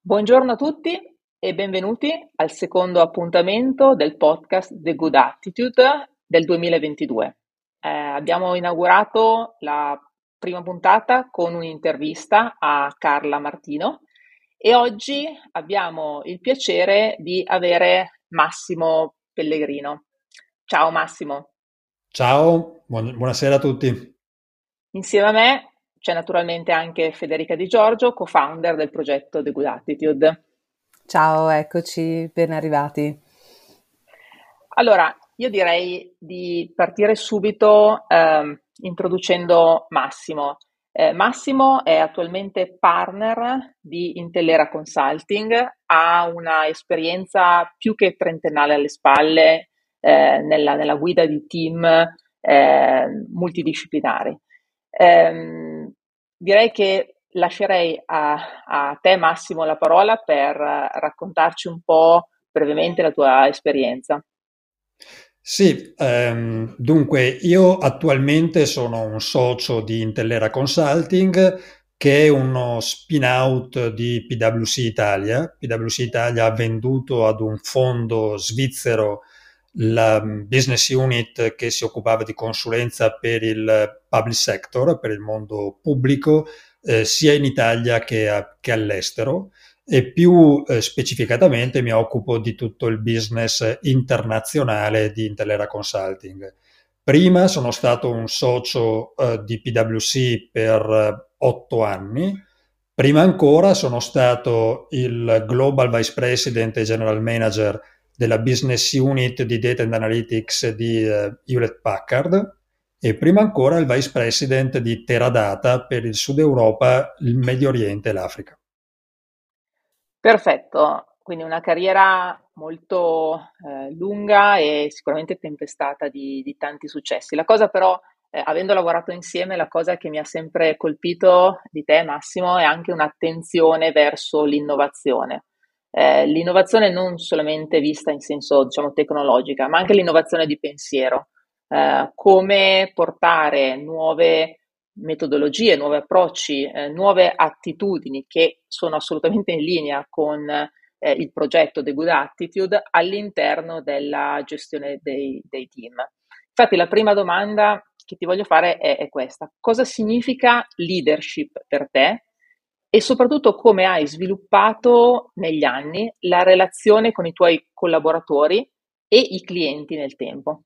Buongiorno a tutti e benvenuti al secondo appuntamento del podcast The Good Attitude del 2022. Abbiamo inaugurato la prima puntata con un'intervista a Carla Martino e oggi abbiamo il piacere di avere Massimo Pellegrino. Ciao Massimo. Ciao, buonasera a tutti. Insieme a me c'è naturalmente anche Federica Di Giorgio, co-founder del progetto The Good Attitude. Ciao, eccoci, ben arrivati. Allora, io direi di partire subito introducendo Massimo. Massimo è attualmente partner di Intellera Consulting, ha una esperienza più che trentennale alle spalle nella guida di team multidisciplinari. Direi che lascerei a te, Massimo, la parola per raccontarci un po' brevemente la tua esperienza. Sì, dunque io attualmente sono un socio di Intellera Consulting, che è uno spin-out di PwC Italia. PwC Italia ha venduto ad un fondo svizzero la business unit che si occupava di consulenza per il public sector, per il mondo pubblico, sia in Italia che all'estero. E più specificatamente mi occupo di tutto il business internazionale di Intellera Consulting. Prima sono stato un socio di PwC per 8 anni. Prima ancora sono stato il Global Vice President e General Manager della Business Unit di Data and Analytics di Hewlett Packard, e prima ancora il Vice President di Teradata per il Sud Europa, il Medio Oriente e l'Africa. Perfetto, quindi una carriera molto lunga e sicuramente tempestata di tanti successi. La cosa però, avendo lavorato insieme, la cosa che mi ha sempre colpito di te, Massimo, è anche un'attenzione verso l'innovazione. L'innovazione non solamente vista in senso, diciamo, tecnologica, ma anche l'innovazione di pensiero. Come portare nuove metodologie, nuovi approcci, nuove attitudini che sono assolutamente in linea con il progetto The Good Attitude all'interno della gestione dei team. Infatti la prima domanda che ti voglio fare è questa: cosa significa leadership per te e soprattutto come hai sviluppato negli anni la relazione con i tuoi collaboratori e i clienti nel tempo?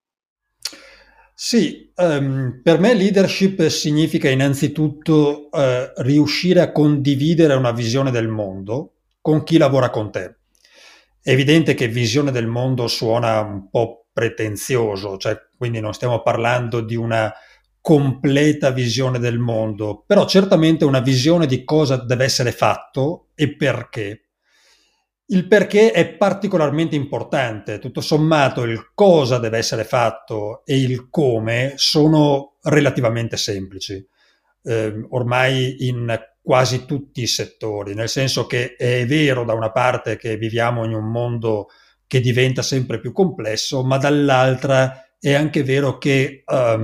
Sì, per me leadership significa innanzitutto riuscire a condividere una visione del mondo con chi lavora con te. È evidente che visione del mondo suona un po' pretenzioso, cioè quindi non stiamo parlando di una completa visione del mondo, però certamente una visione di cosa deve essere fatto e perché. Il perché è particolarmente importante. Tutto sommato, il cosa deve essere fatto e il come sono relativamente semplici, ormai in quasi tutti i settori, nel senso che è vero da una parte che viviamo in un mondo che diventa sempre più complesso, ma dall'altra è anche vero che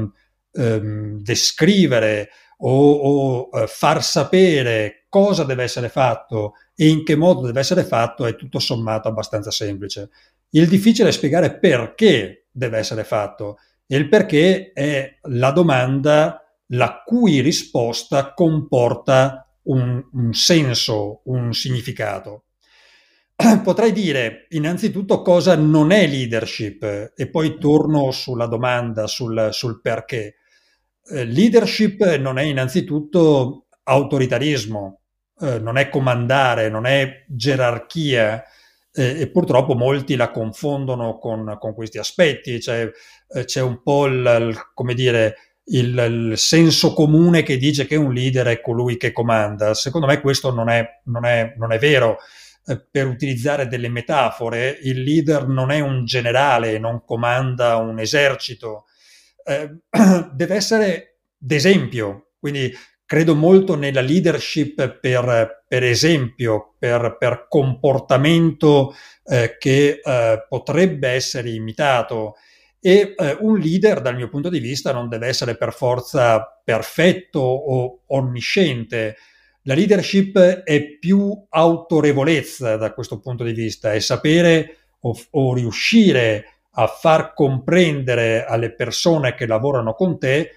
descrivere o far sapere cosa deve essere fatto e in che modo deve essere fatto è tutto sommato abbastanza semplice. Il difficile è spiegare perché deve essere fatto, e il perché è la domanda la cui risposta comporta un senso, un significato. Potrei dire innanzitutto cosa non è leadership e poi torno sulla domanda, sul perché. Leadership non è innanzitutto autoritarismo, non è comandare, non è gerarchia, e purtroppo molti la confondono con questi aspetti. C'è un po' come dire, il senso comune che dice che un leader è colui che comanda. Secondo me questo non è vero. Per utilizzare delle metafore, il leader non è un generale, non comanda un esercito, deve essere d'esempio. Quindi credo molto nella leadership per esempio, per comportamento che potrebbe essere imitato. E un leader, dal mio punto di vista, non deve essere per forza perfetto o onnisciente. La leadership è più autorevolezza da questo punto di vista, è sapere o riuscire a far comprendere alle persone che lavorano con te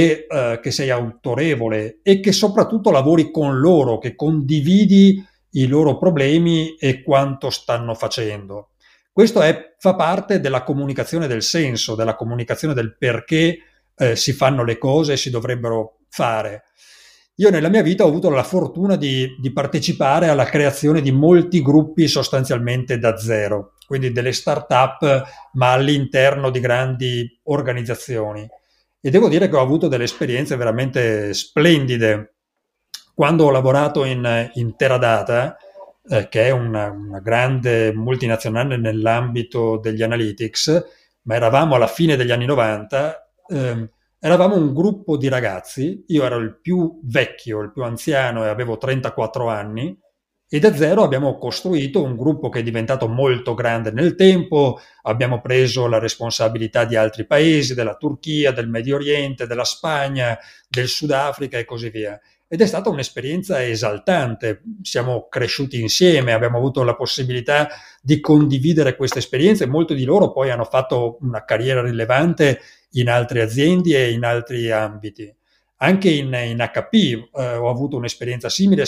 che sei autorevole e che soprattutto lavori con loro, che condividi i loro problemi e quanto stanno facendo. Questo fa parte della comunicazione del senso, della comunicazione del perché si fanno le cose e si dovrebbero fare. Io nella mia vita ho avuto la fortuna di partecipare alla creazione di molti gruppi sostanzialmente da zero, quindi delle start-up, ma all'interno di grandi organizzazioni. E devo dire che ho avuto delle esperienze veramente splendide. Quando ho lavorato in Teradata, che è una grande multinazionale nell'ambito degli analytics, ma eravamo alla fine degli anni 90, eravamo un gruppo di ragazzi, io ero il più vecchio, il più anziano e avevo 34 anni, e da zero abbiamo costruito un gruppo che è diventato molto grande nel tempo, abbiamo preso la responsabilità di altri paesi, della Turchia, del Medio Oriente, della Spagna, del Sudafrica e così via. Ed è stata un'esperienza esaltante, siamo cresciuti insieme, abbiamo avuto la possibilità di condividere queste esperienze, molti di loro poi hanno fatto una carriera rilevante in altre aziende e in altri ambiti. Anche in HP ho avuto un'esperienza simile,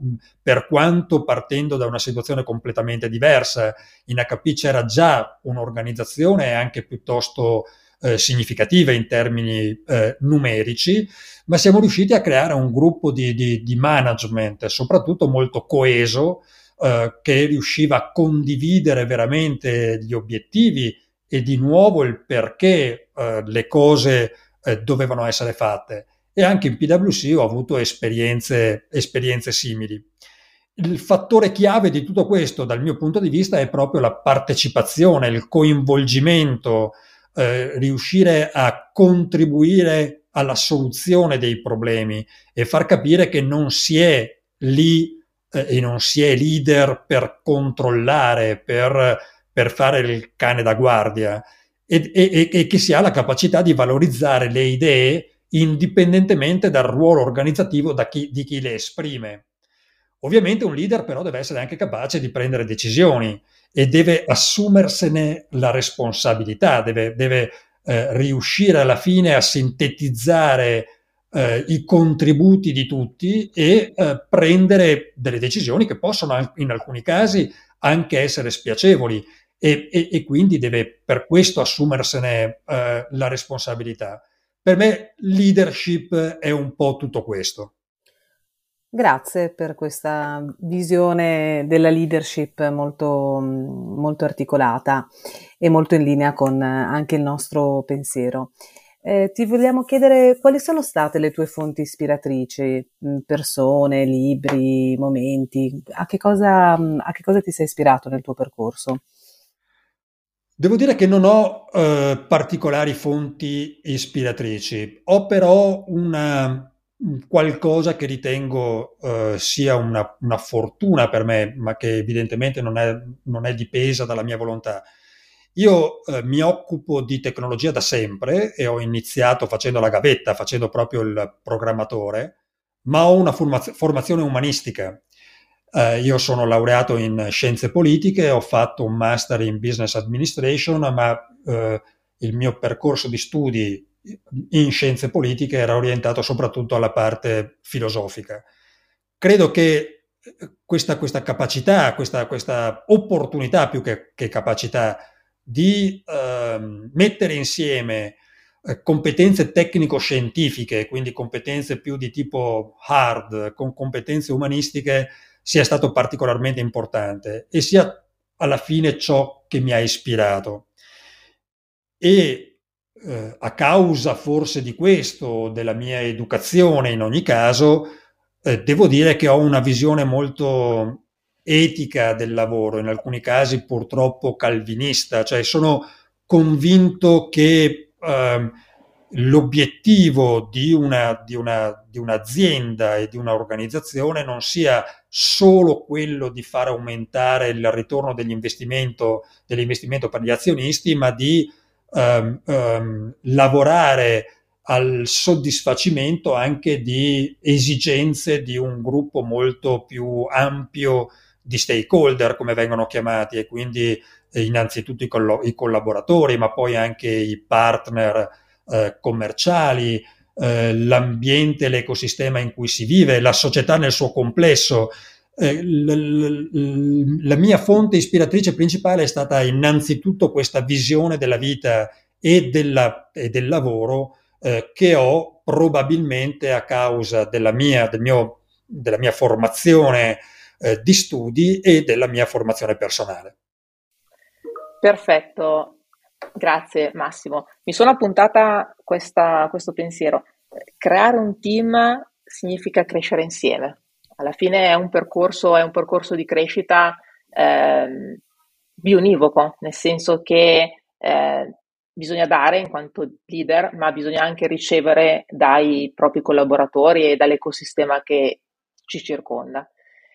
per quanto partendo da una situazione completamente diversa. In HP c'era già un'organizzazione anche piuttosto significativa in termini numerici, ma siamo riusciti a creare un gruppo di management, soprattutto molto coeso, che riusciva a condividere veramente gli obiettivi e di nuovo il perché le cose dovevano essere fatte. E anche in PwC ho avuto esperienze simili. Il fattore chiave di tutto questo, dal mio punto di vista, è proprio la partecipazione, il coinvolgimento, riuscire a contribuire alla soluzione dei problemi e far capire che non si è lì e non si è leader per controllare, per fare il cane da guardia e che si ha la capacità di valorizzare le idee indipendentemente dal ruolo organizzativo di chi le esprime. Ovviamente un leader però deve essere anche capace di prendere decisioni e deve assumersene la responsabilità, deve riuscire alla fine a sintetizzare i contributi di tutti e prendere delle decisioni che possono in alcuni casi anche essere spiacevoli e quindi deve per questo assumersene la responsabilità. Per me leadership è un po' tutto questo. Grazie per questa visione della leadership molto articolata e molto in linea con anche il nostro pensiero. Ti vogliamo chiedere quali sono state le tue fonti ispiratrici, persone, libri, momenti, a che cosa ti sei ispirato nel tuo percorso? Devo dire che non ho particolari fonti ispiratrici, ho però qualcosa che ritengo sia una fortuna per me, ma che evidentemente non è dipesa dalla mia volontà. Io mi occupo di tecnologia da sempre e ho iniziato facendo la gavetta, facendo proprio il programmatore, ma ho una formazione umanistica. Io sono laureato in scienze politiche, ho fatto un master in business administration, ma il mio percorso di studi in scienze politiche era orientato soprattutto alla parte filosofica. Credo che questa capacità, questa opportunità più che capacità di mettere insieme competenze tecnico-scientifiche, quindi competenze più di tipo hard, con competenze umanistiche, sia stato particolarmente importante e sia alla fine ciò che mi ha ispirato. E a causa forse di questo, della mia educazione in ogni caso, devo dire che ho una visione molto etica del lavoro, in alcuni casi purtroppo calvinista, cioè sono convinto che l'obiettivo di un'azienda e di un'organizzazione non sia solo quello di far aumentare il ritorno dell'investimento per gli azionisti, ma di lavorare al soddisfacimento anche di esigenze di un gruppo molto più ampio di stakeholder, come vengono chiamati, e quindi innanzitutto i collaboratori, ma poi anche i partner commerciali, l'ambiente, l'ecosistema in cui si vive, la società nel suo complesso. La mia fonte ispiratrice principale è stata innanzitutto questa visione della vita e del lavoro che ho probabilmente a causa della mia formazione di studi e della mia formazione personale. Perfetto, grazie Massimo. Mi sono appuntata questo pensiero. Creare un team significa crescere insieme. Alla fine è un percorso di crescita bionivoco, nel senso che bisogna dare in quanto leader, ma bisogna anche ricevere dai propri collaboratori e dall'ecosistema che ci circonda.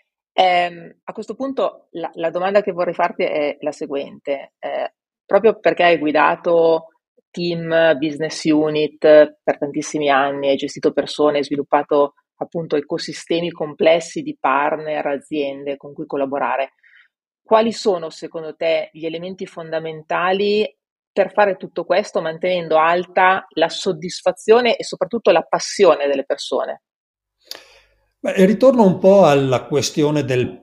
A questo punto la domanda che vorrei farti è la seguente. Proprio perché hai guidato team, business unit per tantissimi anni, hai gestito persone, hai sviluppato appunto ecosistemi complessi di partner, aziende con cui collaborare. Quali sono secondo te gli elementi fondamentali per fare tutto questo mantenendo alta la soddisfazione e soprattutto la passione delle persone? Beh, ritorno un po' alla questione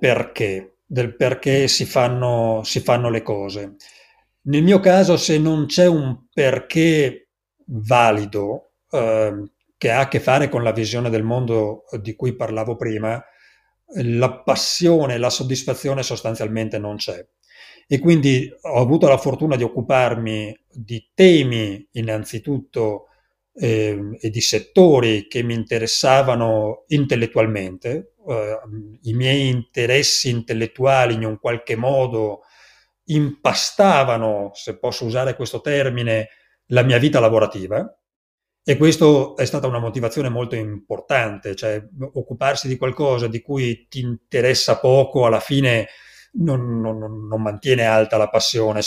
del perché si fanno le cose. Nel mio caso, se non c'è un perché valido, che ha a che fare con la visione del mondo di cui parlavo prima, la passione, la soddisfazione sostanzialmente non c'è. E quindi ho avuto la fortuna di occuparmi di temi innanzitutto e di settori che mi interessavano intellettualmente. I miei interessi intellettuali in un qualche modo impastavano, se posso usare questo termine, la mia vita lavorativa. E questo è stata una motivazione molto importante, cioè occuparsi di qualcosa di cui ti interessa poco, alla fine non mantiene alta la passione.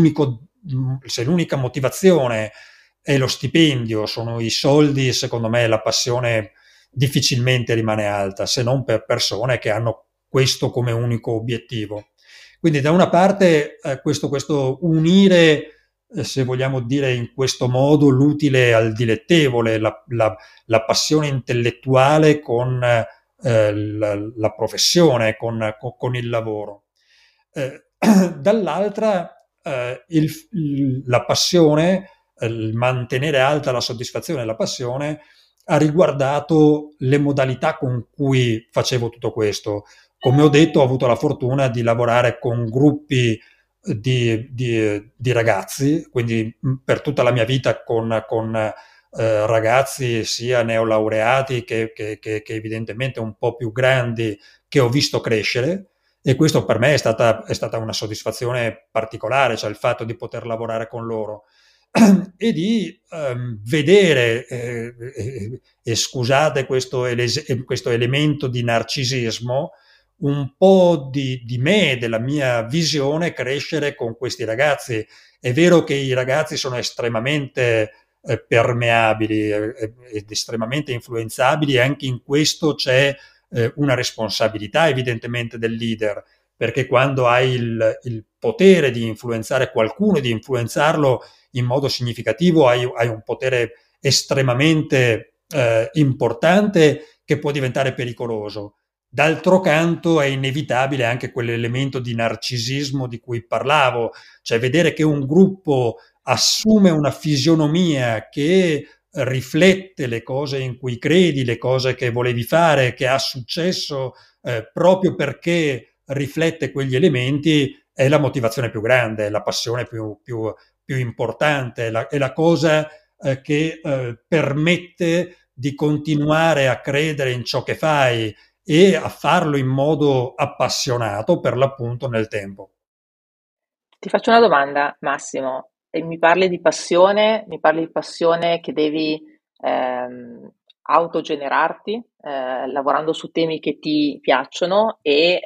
Se l'unica motivazione è lo stipendio, sono i soldi, secondo me la passione difficilmente rimane alta, se non per persone che hanno questo come unico obiettivo. Quindi da una parte questo unire, se vogliamo dire in questo modo, l'utile al dilettevole, la passione intellettuale con la professione, con il lavoro. Dall'altra la passione, il mantenere alta la soddisfazione e la passione ha riguardato le modalità con cui facevo tutto questo. Come ho detto, ho avuto la fortuna di lavorare con gruppi di ragazzi, quindi per tutta la mia vita con ragazzi sia neolaureati che evidentemente un po' più grandi che ho visto crescere. E questo per me è stata una soddisfazione particolare, cioè il fatto di poter lavorare con loro e di vedere, e scusate questo elemento di narcisismo, un po' di me, della mia visione crescere con questi ragazzi. È vero che i ragazzi sono estremamente permeabili ed estremamente influenzabili, e anche in questo c'è una responsabilità evidentemente del leader, perché quando hai il potere di influenzare qualcuno e di influenzarlo in modo significativo, hai un potere estremamente importante che può diventare pericoloso. D'altro canto è inevitabile anche quell'elemento di narcisismo di cui parlavo, cioè vedere che un gruppo assume una fisionomia che riflette le cose in cui credi, le cose che volevi fare, che ha successo proprio perché riflette quegli elementi, è la motivazione più grande, è la passione più importante, è la cosa che permette di continuare a credere in ciò che fai e a farlo in modo appassionato per l'appunto nel tempo. Ti faccio una domanda, Massimo, e mi parli di passione che devi autogenerarti, lavorando su temi che ti piacciono e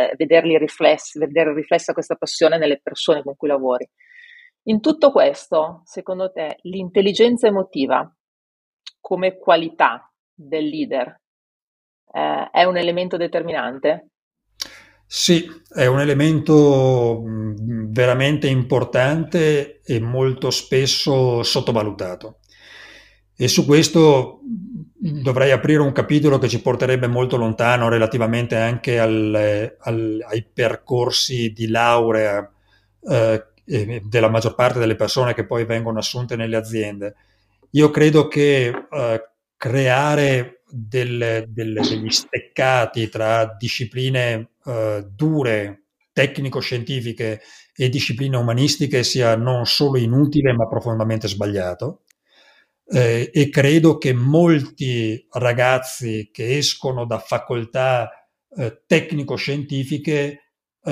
vedere riflessa questa passione nelle persone con cui lavori. In tutto questo, secondo te, l'intelligenza emotiva come qualità del leader è un elemento determinante? Sì, è un elemento veramente importante e molto spesso sottovalutato. E su questo dovrei aprire un capitolo che ci porterebbe molto lontano relativamente anche ai percorsi di laurea della maggior parte delle persone che poi vengono assunte nelle aziende. Io credo che creare degli steccati tra discipline dure, tecnico-scientifiche e discipline umanistiche sia non solo inutile ma profondamente sbagliato. E credo che molti ragazzi che escono da facoltà tecnico-scientifiche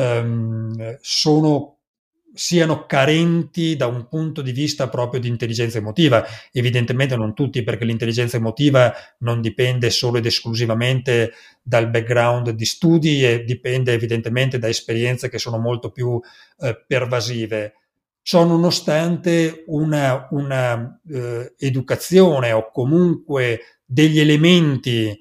siano carenti da un punto di vista proprio di intelligenza emotiva. Evidentemente non tutti, perché l'intelligenza emotiva non dipende solo ed esclusivamente dal background di studi e dipende evidentemente da esperienze che sono molto più pervasive. Ciò nonostante una educazione o comunque degli elementi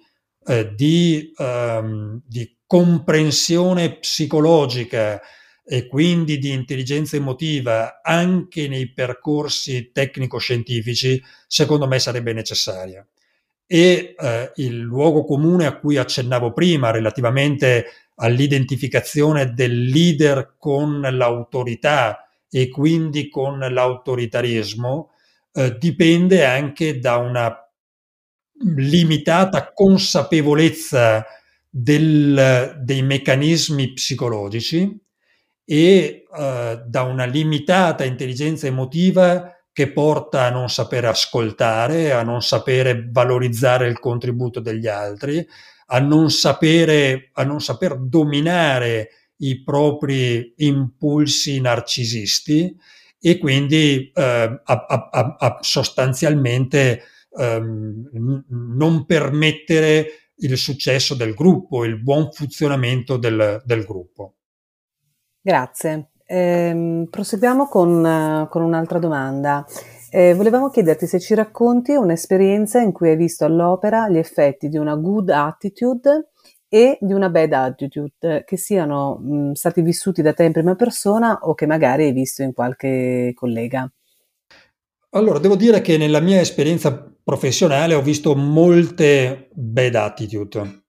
di comprensione psicologica e quindi di intelligenza emotiva anche nei percorsi tecnico-scientifici, secondo me sarebbe necessaria. E il luogo comune a cui accennavo prima relativamente all'identificazione del leader con l'autorità e quindi con l'autoritarismo dipende anche da una limitata consapevolezza dei meccanismi psicologici e da una limitata intelligenza emotiva che porta a non sapere ascoltare, a non sapere valorizzare il contributo degli altri, a non saper dominare i propri impulsi narcisisti e quindi sostanzialmente non permettere il successo del gruppo, il buon funzionamento del gruppo. Grazie. Proseguiamo con un'altra domanda. Volevamo chiederti se ci racconti un'esperienza in cui hai visto all'opera gli effetti di una good attitude e di una bad attitude, che siano stati vissuti da te in prima persona o che magari hai visto in qualche collega. Allora, devo dire che nella mia esperienza professionale ho visto molte bad attitude.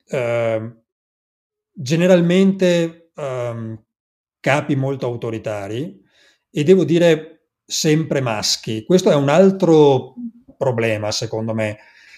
Generalmente capi molto autoritari e devo dire sempre maschi. Questo è un altro problema, secondo me.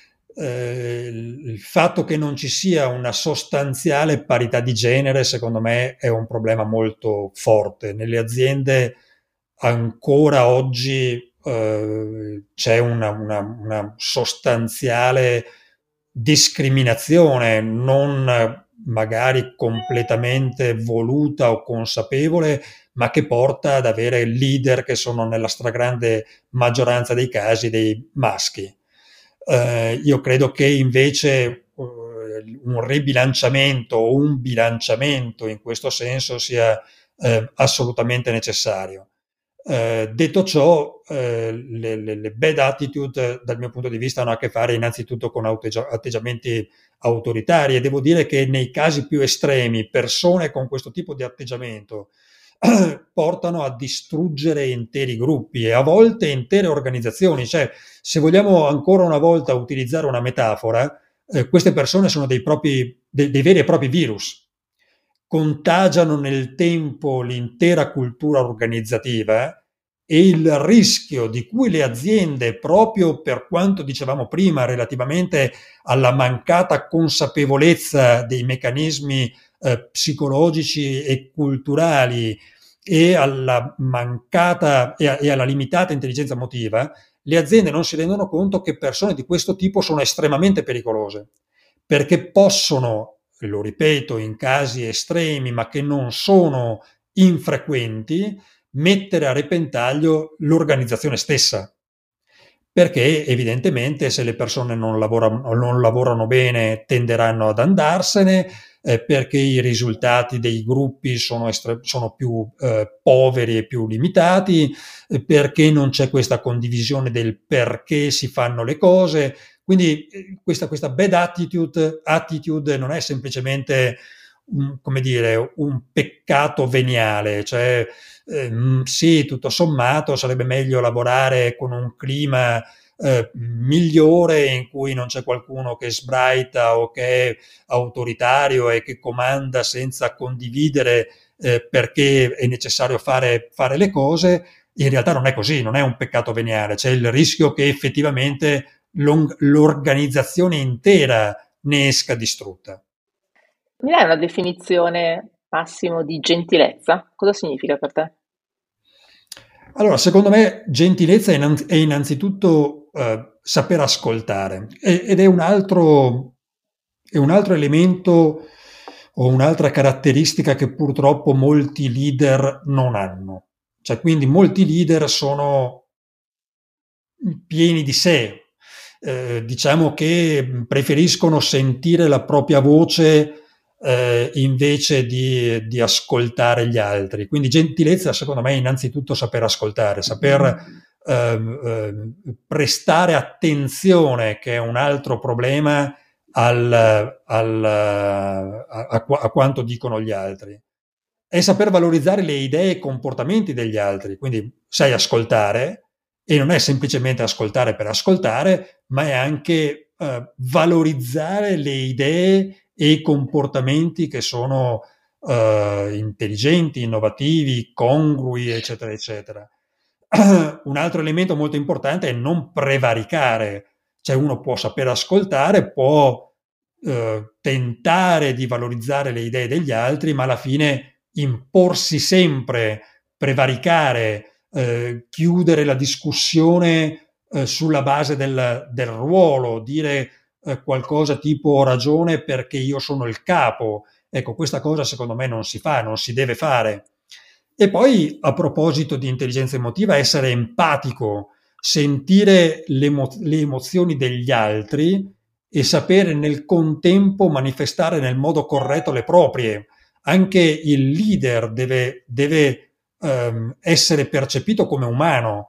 Il fatto che non ci sia una sostanziale parità di genere, secondo me, è un problema molto forte. Nelle aziende ancora oggi c'è una sostanziale discriminazione, non magari completamente voluta o consapevole, ma che porta ad avere leader che sono nella stragrande maggioranza dei casi dei maschi. Io credo che invece un ribilanciamento o un bilanciamento in questo senso sia assolutamente necessario. Detto ciò, le bad attitude dal mio punto di vista hanno a che fare innanzitutto con atteggiamenti autoritari e devo dire che nei casi più estremi persone con questo tipo di atteggiamento portano a distruggere interi gruppi e a volte intere organizzazioni. Cioè, se vogliamo ancora una volta utilizzare una metafora, queste persone sono dei veri e propri virus. Contagiano nel tempo l'intera cultura organizzativa e il rischio di cui le aziende, proprio per quanto dicevamo prima relativamente alla mancata consapevolezza dei meccanismi psicologici e culturali e alla mancata e alla limitata intelligenza emotiva, le aziende non si rendono conto che persone di questo tipo sono estremamente pericolose, perché possono, lo ripeto, in casi estremi, ma che non sono infrequenti, mettere a repentaglio l'organizzazione stessa. perché evidentemente se le persone non lavorano bene tenderanno ad andarsene, perché i risultati dei gruppi sono più poveri e più limitati, perché non c'è questa condivisione del perché si fanno le cose. Quindi questa bad attitude non è semplicemente come dire, un peccato veniale, cioè sì, tutto sommato sarebbe meglio lavorare con un clima migliore in cui non c'è qualcuno che sbraita o che è autoritario e che comanda senza condividere perché è necessario fare le cose. In realtà non è così, non è un peccato veniale, c'è il rischio che effettivamente l'organizzazione intera ne esca distrutta. Mi dai una definizione, Massimo, di gentilezza? Cosa significa per te? Allora, secondo me gentilezza è innanzitutto saper ascoltare ed è un altro elemento o un'altra caratteristica che purtroppo molti leader non hanno. Cioè, quindi molti leader sono pieni di sé, diciamo che preferiscono sentire la propria voce invece di ascoltare gli altri. Quindi gentilezza, secondo me, è innanzitutto saper ascoltare, saper prestare attenzione, che è un altro problema, a quanto dicono gli altri. È saper valorizzare le idee e i comportamenti degli altri, quindi sai ascoltare, e non è semplicemente ascoltare per ascoltare, ma è anche valorizzare le idee e i comportamenti che sono intelligenti, innovativi, congrui, eccetera, eccetera. Un altro elemento molto importante è non prevaricare, cioè uno può saper ascoltare, può tentare di valorizzare le idee degli altri, ma alla fine imporsi sempre, prevaricare, chiudere la discussione sulla base del ruolo, dire qualcosa tipo ho ragione perché io sono il capo. Ecco, questa cosa secondo me non si fa, non si deve fare. E poi, a proposito di intelligenza emotiva, essere empatico, sentire le emozioni degli altri e sapere nel contempo manifestare nel modo corretto le proprie. Anche il leader deve essere percepito come umano,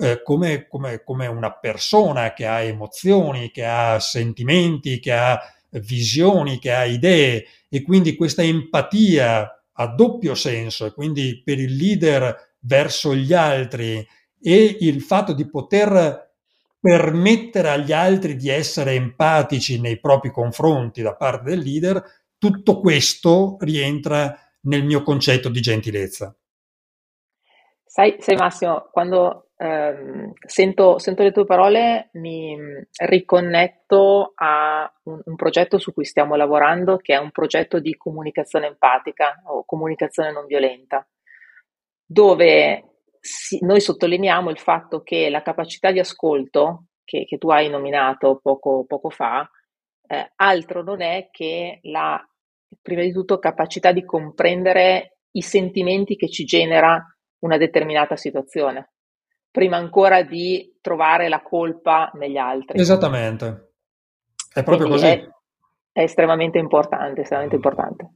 come una persona che ha emozioni, che ha sentimenti, che ha visioni, che ha idee, e quindi questa empatia a doppio senso, e quindi per il leader verso gli altri, e il fatto di poter permettere agli altri di essere empatici nei propri confronti da parte del leader, tutto questo rientra nel mio concetto di gentilezza. Sai Massimo, quando sento le tue parole mi riconnetto a un progetto su cui stiamo lavorando, che è un progetto di comunicazione empatica o comunicazione non violenta, dove noi sottolineiamo il fatto che la capacità di ascolto che tu hai nominato poco fa, altro non è che la, prima di tutto, capacità di comprendere i sentimenti che ci genera una determinata situazione, prima ancora di trovare la colpa negli altri. Esattamente, è proprio Quindi così. è estremamente importante, estremamente importante.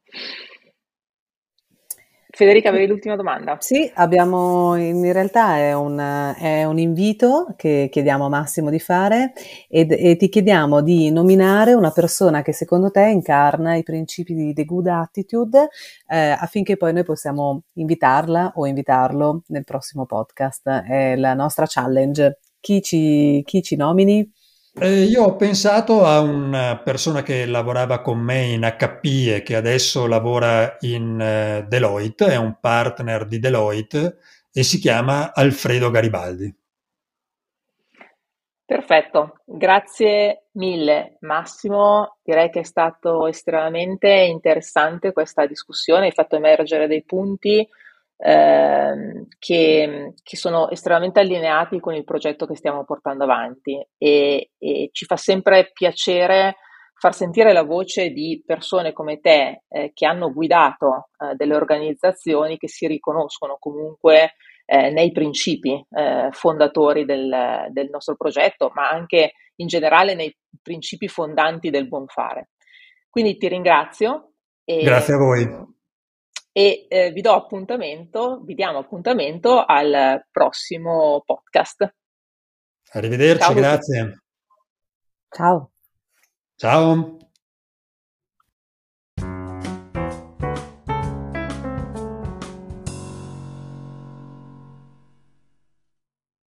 Federica, avevi l'ultima domanda? Sì, abbiamo in realtà è un invito che chiediamo a Massimo di fare e ti chiediamo di nominare una persona che secondo te incarna i principi di The Good Attitude, affinché poi noi possiamo invitarla o invitarlo nel prossimo podcast. È la nostra challenge. Chi ci nomini? Io ho pensato a una persona che lavorava con me in HP e che adesso lavora in Deloitte, è un partner di Deloitte e si chiama Alfredo Garibaldi. Perfetto, grazie mille Massimo, direi che è stato estremamente interessante questa discussione, hai fatto emergere dei punti che sono estremamente allineati con il progetto che stiamo portando avanti e ci fa sempre piacere far sentire la voce di persone come te che hanno guidato delle organizzazioni che si riconoscono comunque nei principi fondatori del nostro progetto, ma anche in generale nei principi fondanti del buon fare. Quindi ti ringrazio Grazie a voi. vi diamo appuntamento al prossimo podcast. Arrivederci, Ciao a tutti. grazie. Ciao. Ciao.